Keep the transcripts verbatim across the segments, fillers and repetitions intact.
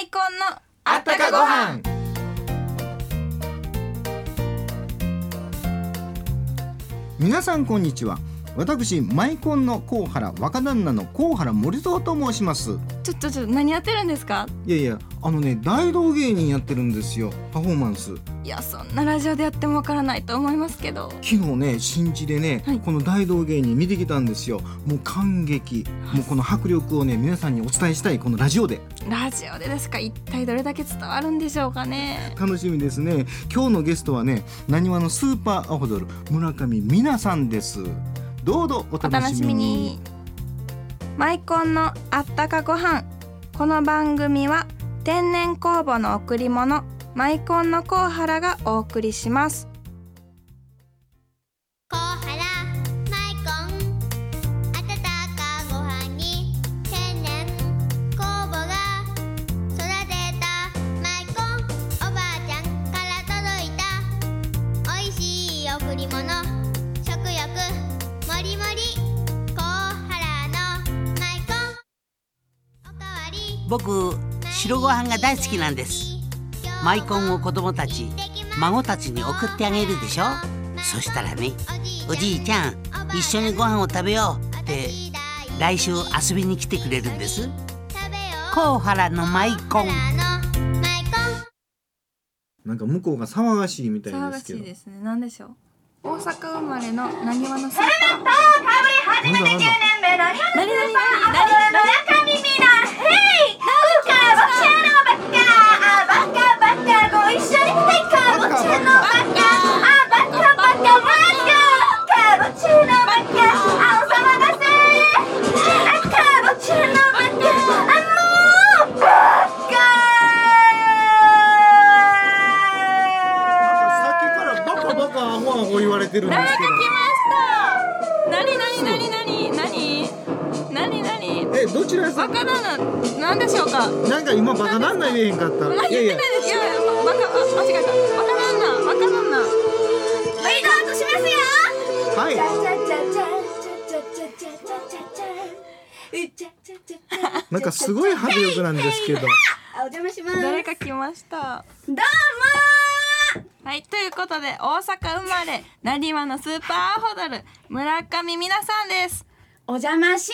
イコンのあったかご飯。皆さんこんにちは。私マイコンの高原若旦那の高原森蔵と申します。 ちょちょちょ何やってるんですか？ いやいや、あのね、大道芸人やってるんですよ。パフォーマンス。 いや、そんなラジオでやってもわからないと思いますけど。 昨日ね、新地でね、はい、この大道芸人見てきたんですよ。もう感激。もうこの迫力をね、皆さんにお伝えしたい、このラジオで。 ラジオでですか？一体どれだけ伝わるんでしょうかね。 楽しみですね。今日のゲストはね、なにわのスーパーアホドル村上美奈さんです。どうぞお楽しみに。 マイコンのあったかご飯。この番組は天然酵母の贈り物マイコンの高原がお送りします。 高原マイコン、あたたかご飯に天然酵母が育てたマイコン、おばあちゃんから届いたおいしい贈り物、食欲もりもり高原のマイコン。おかわり僕、白ご飯が大好きなんです。マイコンを子供たち、孫たちに送ってあげるでしょ。そしたらね、おじいちゃん一緒にご飯を食べようって来週遊びに来てくれるんです。高原のマイコン。 なんか向こうが騒がしいみたいですけど。 騒がしいですね。なんでしょう。大阪生まれのなにわのスーパー。 始めてじゅうねんめの日本のスーパーアホドル村上美奈。ヘイバカボチェのバカ、バカバカご一緒にヘイカボチェのバカ、あバカバカバカカボチェのバカ、あお騒がせあカボチェのバカ、あもうバカ。 さっきからバカバカアホアホ言われてるんですけど。 誰か来ました。なになになになになになになに。 え、どちらですか？ バカなのなんでしょうか。 なんか今バカなんない言えへんかった。 あ、言ってないです。いやいや、バカ、あ、間違えた。バカなんな、バカなんな。 リードアウトしますよ。 はい。なんかすごい迫力なんですけど。 お邪魔します。 誰か来ました。 どうもはい、ということで大阪生まれなにわのスーパーアホドル村上美奈さんです。 お邪魔します。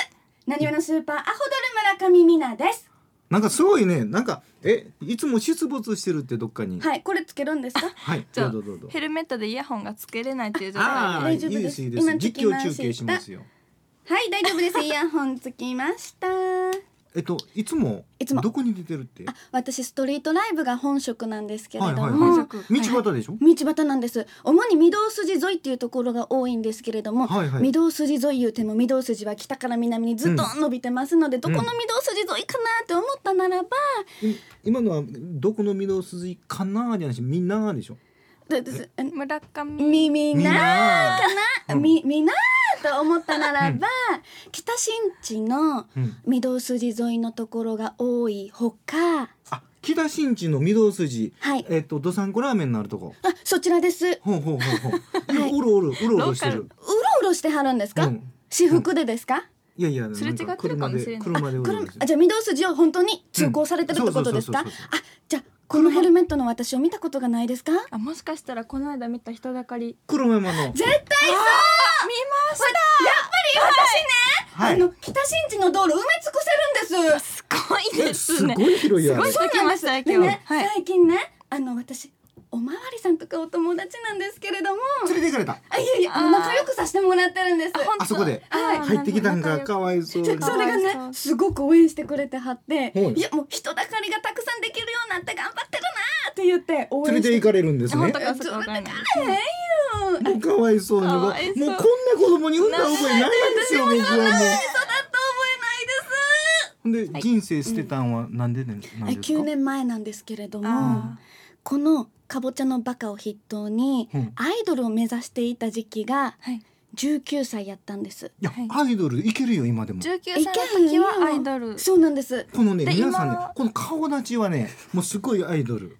なにわのスーパーアホドル村上美奈です。 なんかすごいね。なんかえいつも出没してるってどっかに。 はい、これつけるんですか？ はい、 じゃあどうぞどうぞ。 ヘルメットでイヤホンがつけれないっていう状態ああ、 大丈夫ですいいですいいです。 今つ実況きました中継しますよ。 はい大丈夫です。イヤホンつきましたえっといつもいつもどこに出てるって？ あ、私ストリートライブが本職なんですけれども、 はいはいはい、 本職道端でしょ？ 道端なんです。主に御堂筋沿いっていうところが多いんですけれども、 はいはい、 御堂筋沿い言うても御堂筋は北から南にずっと伸びてますので、うん、どこの御堂筋沿いかなって思ったならば、 うん、今のはどこの御堂筋かなじゃなしみんなでしょ？ 村上みみなかな、うん、みみなと思ったならば、うん、北新地の御堂筋沿いのところが多いほか、 あ、北新地の御堂筋、 はい、 えっとどさんこラーメンのあるとこ。 あ、そちらです。 ほうほうほうほう。はい、うろうろうろうろしてる。 うろうろしてはるんですか？うん、私服でですか？ いやいや、 すれ違ってるかもしれない。 車でうろうろしてる。 あ、じゃあ御堂筋を本当に通行されてるってことですか？あ、じゃあこのヘルメットの私を見たことがないですか？ あ、もしかしたらこの間見た人だかり。 黒山の。 絶対そう。見ました。やっぱり私ね、はい、あの北新地の道路埋め尽くせるんです。 すごいですね。 すごい広いや。 すごい人来ましたよ今日。 ね、はい、最近ね、あの私おまわりさんとかお友達なんですけれども。 連れて行かれた。 あ、いやいや、仲良くさせてもらってるんです。 あそこで、 はい、 入ってきたんがかわいそうに。 それがね、すごく応援してくれてはって、いやもう人だかりがたくさんできるようになって頑張ってるなって言って応援して。 連れて行かれるんですね。 本当かそこわかんない。 もうかわいそうに。もうこんな子供に産んだ覚えないんですよ。僕はもう。 そうだと覚えないです。 で、人生捨てたんはなんでね、なんですか？ きゅうねんまえなんですけれども、このかぼちゃのバカを筆頭にアイドルを目指していた時期がじゅうきゅうさいやったんです。 いや、アイドルいけるよ今でも。 じゅうきゅうさいの時はアイドル。 そうなんです。 このね、皆さんね、この顔立ちはね、もうすごいアイドル。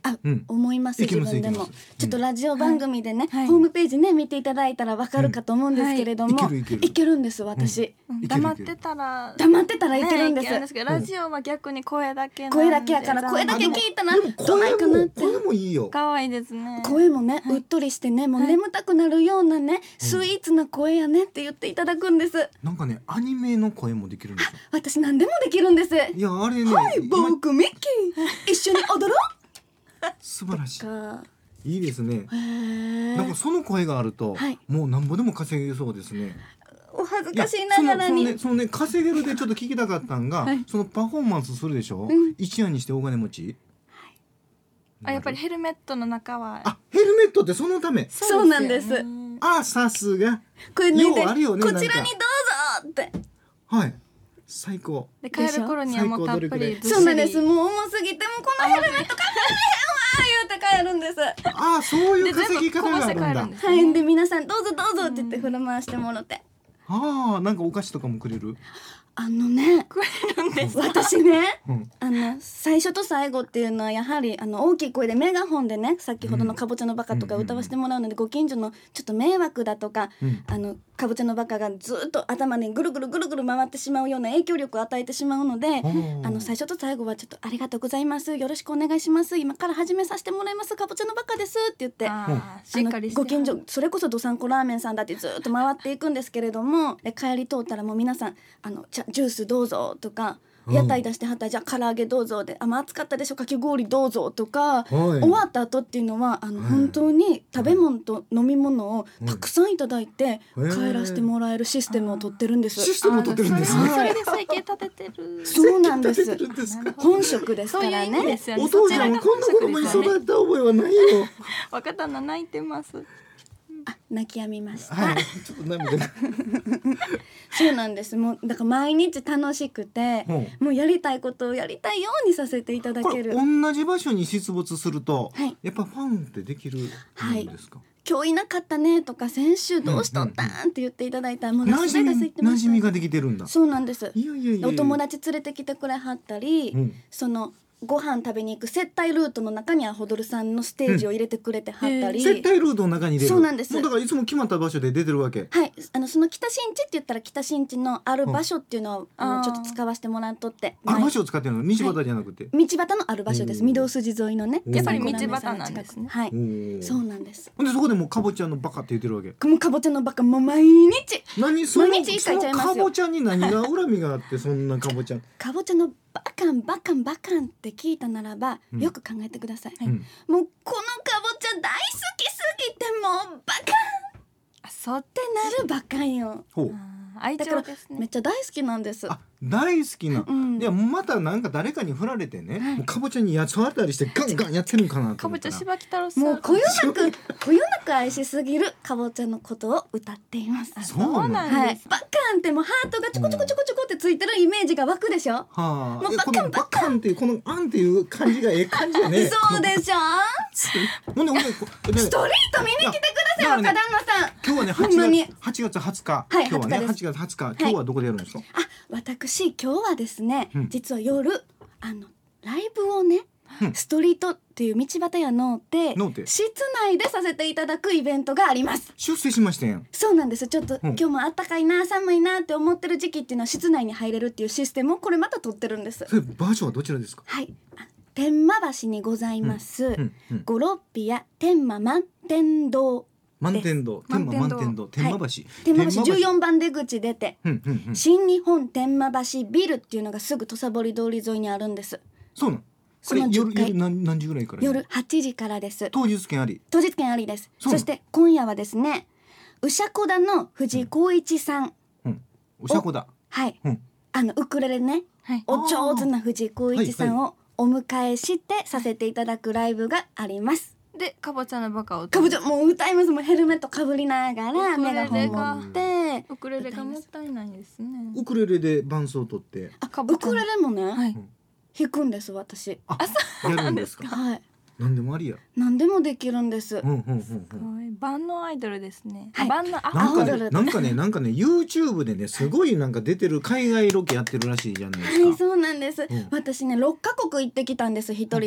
あ、 うん、 思います。 いけます自分でもいけますちょっとラジオ番組でね、 はいホームページね見ていただいたらわかるかと思うんですけれども、 はいいけるいけるいけるんです私、 うんいける黙ってたら黙ってたらいけるんです、 ねいけるんですけど、ラジオは逆に声だけなんで声だけやから声だけ聞いたらでもどないかな声もって声もいいよ。 可愛いですね。 声もね、うっとりしてねもうはい眠たくなるようなね、スイーツな声やねって言っていただくんです。 なんかねアニメの声もできるんですよ。 私何でもできるんです。 いやあれね、 はい今僕ミッキー一緒に踊ろ素晴らしうか。 いいいですね。 へーなんかその声があると、 はいもうなんぼでも稼げそうですね。 お恥ずいやかしいながらに、 そのそのね、そのね稼げるでちょっと聞きたかったんが、 はいそのパフォーマンスするでしょ、 うん一夜にして大金持ち、 あやっぱりヘルメットの中はあヘルメットってそのため。 そうなんですよねあさすがこれ脱いでようあるよねこちらにどなんかうぞってはい最高。 で帰る頃にはもうたっぷり最高どれくらいずっしりそうなんです。もう重すぎてもうこのヘルメットかぶれへんわ言うて帰るんです。 あそういうで稼ぎ方があるんだ全部こぼして帰るんですはい、で皆さんどうぞどうぞって言って振る舞わしてもらって、 ああなんかお菓子とかもくれる、 あのねくれるんです。 私ねうん、 あの最初と最後っていうのはやはりあの大きい声でメガホンでね先ほどのかぼちゃのバカとか歌わせてもらうので、ご近所のちょっと迷惑だとか、 うんあのかぼちゃのバカがずっと頭にぐるぐるぐるぐる回ってしまうような影響力を与えてしまうので、 ーあの最初と最後はちょっとありがとうございますよろしくお願いします今から始めさせてもらいますかぼちゃのバカですって言ってあーしっかりしてあのご近所それこそどさんこラーメンさんだってずっと回っていくんですけれどもで帰り通ったらもう皆さんあのじゃジュースどうぞとかうん屋台出してはったらじゃあ唐揚げどうぞであ、まあ、暑かったでしょかき氷どうぞとか、 はい終わった後っていうのはあの、 はい本当に食べ物と飲み物をたくさんいただいてうん帰らせてもらえるシステムを取ってるんです。 システムを取ってるんですね。 あーそれそれで生計立ててる。 そうなんです立ててるんですか。 本職ですそうからいう意味でね。 すよね。 お父さんもこんな子供に育った覚えはないよ。 若旦那泣いてます。 あ泣き止みました、 はい、ちょっと涙が。 そうなんです。もうだから毎日楽しくて、 ほもうやりたいことをやりたいようにさせていただこれける。 同じ場所に出没すると、 はいやっぱファンってできるんですか。 今日いなかったねとか先週どうしとったんって言っていただいたらもうラ馴スベガス行染みってました。 馴染みができてるんだ。 そうなんです。 いやいやいや。 お友達連れてきてくれはったり、 うんそのご飯食べに行く接待ルートの中にアホドルさんのステージを入れてくれてはったり、 接待ルートの中に出る。 そうなんですもうだからいつも決まった場所で出てるわけ。 はい、あのその北新地って言ったら北新地のある場所っていうのを、あのあーちょっと使わせてもらっとってあ、 前場所を使ってるの、道端じゃなくて。 道端のある場所です。 おー御堂筋沿いのね。 やっぱり道端なんですねはいお、ーそうなんです。 ほんでそこでもうかぼちゃのバカって言ってるわけ。 もうかぼちゃのバカもう毎日何その毎日一回ちゃいますよそのかぼちゃに何が恨みがあってそんなかぼちゃ。 かぼちゃのバカンバカンバカンって聞いたならば、 うんよく考えてください、 うんもうこのかぼちゃ大好きすぎてもうバカンっあそうてなるバカンよ。 ほう。 あー愛だから情ですね。 めっちゃ大好きなんです。 あ、大好きな。 うんいやまたなんか誰かに振られてね、 はいもうかぼちゃにやつあたりしてガンガンやってるんかなとかぼちゃ思ったら。 柴木太郎さん。 もうこよなくこよなく愛しすぎるかぼちゃのことを歌っています。 あそうなのなんはいです。、 バカンってもうハートがちょこちょこちょこちょこってついてるイメージが湧くでしょ。 はあ、 もうえこのバカンっていうこのあんっていう感じがええ感じやね。 そうでしょ。 ほんでほんでこでストリート見に来てください、 いや若旦那さん。 今日はねほんまにはちがつはちがつはつか、 はい今日はねはつかですはちがつはつか今日はどこでやるんですか。 あ、私今日はですね、 うん実は夜あのライブをね、 うんストリートっていう道端やのってのって室内でさせていただくイベントがあります。 出世しましたやん。 そうなんです。ちょっと、 ん今日もあったかいな寒いなって思ってる時期っていうのは室内に入れるっていうシステムをこれまた取ってるんです。 それ場所はどちらですか。 はい、あ天満橋にございます、 うんうんゴロッピア天満満天堂満天堂、天満満天堂、天満橋。 天満橋じゅうよん。 んばん出口出て、 うんうんうん。 新日本天満橋ビルっていうのがすぐ土佐堀通り沿いにあるんです。 そうなん。こそのれ夜じゅっかい夜何何時ぐらいから。 夜はちじからです。 当日券あり。 当日券ありです。 そうそして今夜はですね、うしゃこだの藤井光一さん、 うん。おしゃこだ。 はい、 うん。 あのウクレレね、 はい。 お上手な藤井光一さんをお迎えしてさせていただくライブがあります。 でかぼちゃのバカを歌うかぼちゃもう歌います。もうヘルメットかぶりながらウクレメガホンレが持って、 ウクレレがもったいないですね。 ウクレレで伴奏を取ってあかぼちゃウクレレもね、 はい。 弾くんです私。 やるんですか。 はい、 何でもありや。 何でもできるんです。 うんうんうんうん。 はい万能アイドルですね。 はい万能あなんかアイドルね、なんかね、なんかね、YouTube でね、すごいなんか出てる海外ロケやってるらしいじゃないですか。 はい、そうなんです、 ん私ねろっかこく行ってきたんです一人で。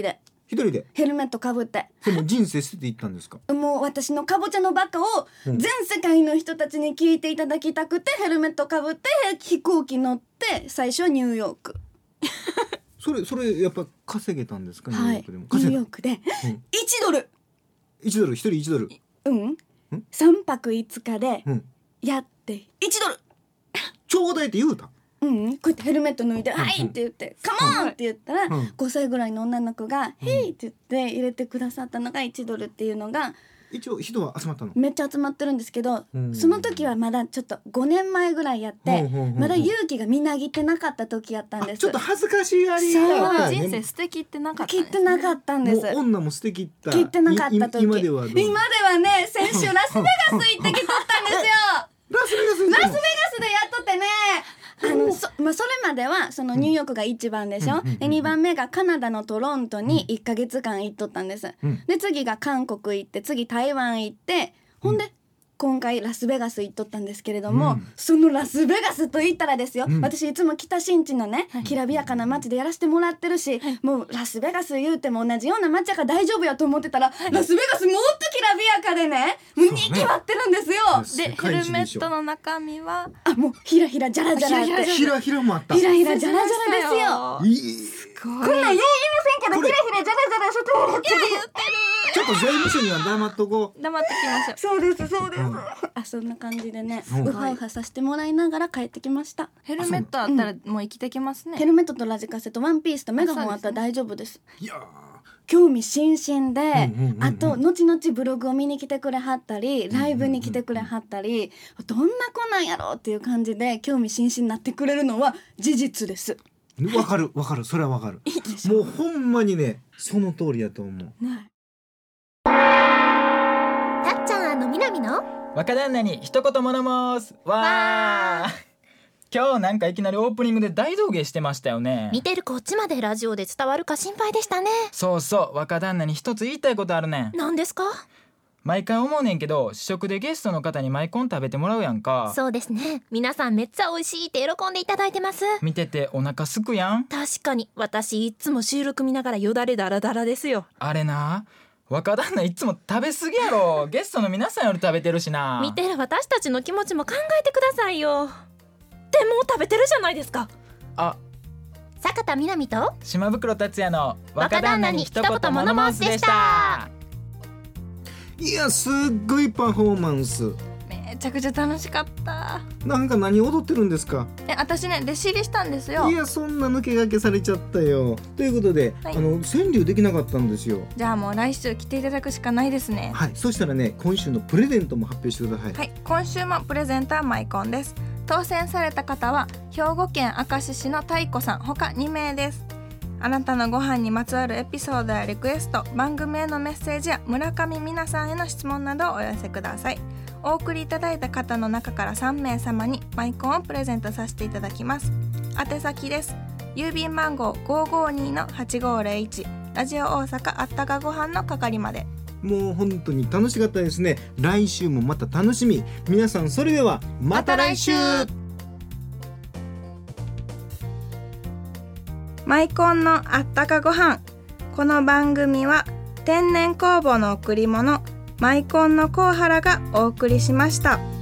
一人でヘルメットかぶって。 でも人生捨てていったんですか？ もう私のかぼちゃのバカをうん全世界の人たちに聞いていただきたくて、ヘルメットかぶって飛行機乗って最初はニューヨーク。 それそれやっぱ稼げたんですか？ニューはい、ニヨークでもュー稼げた。 ヨークでうんいちドル、 いちドル、一人いちドル。 うんんさんぱくいつかでうんやっていちドル。 ちょうだいって言うた。 うん、こうやってヘルメット脱いで「 んはい」って言って「カモン!」って言ったら、 うんごさいぐらいの女の子が「ヘイ!」って言って入れてくださったのがいちドルっていうのが一応人は集まったの。 めっちゃ集まってるんですけど、 うんその時はまだちょっとごねんまえぐらいやって、 ほうほうほうほうまだ勇気がみなぎってなかった時やったんです。 あちょっと恥ずかしいありそうがあった人ね生素敵ってなかったん切ですね。 ってなかったんです。 もう女も捨て切った。 切ってなかった時いい今ではどう？ 今ではね、先週ラスベガス行ってきとったんですよ。 ラスベガス行ったのラスベガスでやっとってね、あのそ、まあ、それまではそのニューヨークがいちばんでしょ、 うんうんうんうんでにばんめがカナダのトロントにいっかげつかん行っとったんです、 うんで次が韓国行って、次台湾行って、ほんで、今回ラスベガス行っとったんですけれども、 うんそのラスベガスと言ったらですよ、 うん私いつも北新地のね、きらびやかな街でやらせてもらってるし、もうラスベガス言うても同じような街やから大丈夫やと思ってたら、ラスベガスもっときらびやかでね、もうに決まってるんですよ。 でヘルメットの中身はあ、もうひらひらじゃらじゃらってひらひらもあった。 ひらひらじゃらじゃらですよ。 いいこんなん言いませんけど、 これひらひらじゃらじゃらしとってちょっと税務署には黙っとこう。 黙ってきましょう。 そうですそうです、 うんあ、そんな感じでね、 うんうはうはさせてもらいながら帰ってきました。 ヘルメットあったらもう生きてきますね。 ヘルメットとラジカセとワンピースとメガホンあったら大丈夫です。 いやー興味津々で、 うんうんうんうんあと後々ブログを見に来てくれはったり、ライブに来てくれはったり、どんな子なんやろうっていう感じで興味津々になってくれるのは事実です。 わかるわかる、それはわかる。もうほんまにねその通りやと思う。 たっちゃんのみなみの若旦那に一言物申すわー今日なんかいきなりオープニングで大道芸してましたよね。 見てるこっちまでラジオで伝わるか心配でしたね。 そうそう、若旦那に一つ言いたいことあるねん。 何ですか？ 毎回思うねんけど、試食でゲストの方にマイコン食べてもらうやんか。 そうですね、皆さんめっちゃ美味しいって喜んでいただいてます。 見ててお腹すくやん。 確かに私いつも収録見ながらよだれダラダラですよ。 あれな、若旦那いつも食べ過ぎやろ。ゲストの皆さんより食べてるしな。 見てる私たちの気持ちも考えてくださいよ。でも食べてるじゃないですか。 あ、 坂田みなみと島袋達也の若旦那に一言物申すでした。 いやすっごいパフォーマンス。 めちゃくちゃ楽しかった。 なんか何踊ってるんですか？ え、私ね弟子入りしたんですよい。やそんな抜け駆けされちゃったよ。ということで、 はいあの川柳できなかったんですよ。 じゃあもう来週来ていただくしかないですね。 はい、そしたらね今週のプレゼントも発表してください。 はい、今週もプレゼントはマイコンです。当選された方は兵庫県明石市の太子さんほかにめいです。あなたのご飯にまつわるエピソードやリクエスト、番組へのメッセージや村上美奈さんへの質問などをお寄せください。お送りいただいた方の中からさんめいさまにマイコンをプレゼントさせていただきます。宛先です。郵便番号 ごーごーにー はちごーぜろいち ラジオ大阪あったかご飯の係まで。 もう本当に楽しかったですね。来週もまた楽しみ。皆さんそれではまた来週。 マイコンのあったかご飯。この番組は天然酵母の贈り物マイコンのコウハラがお送りしました。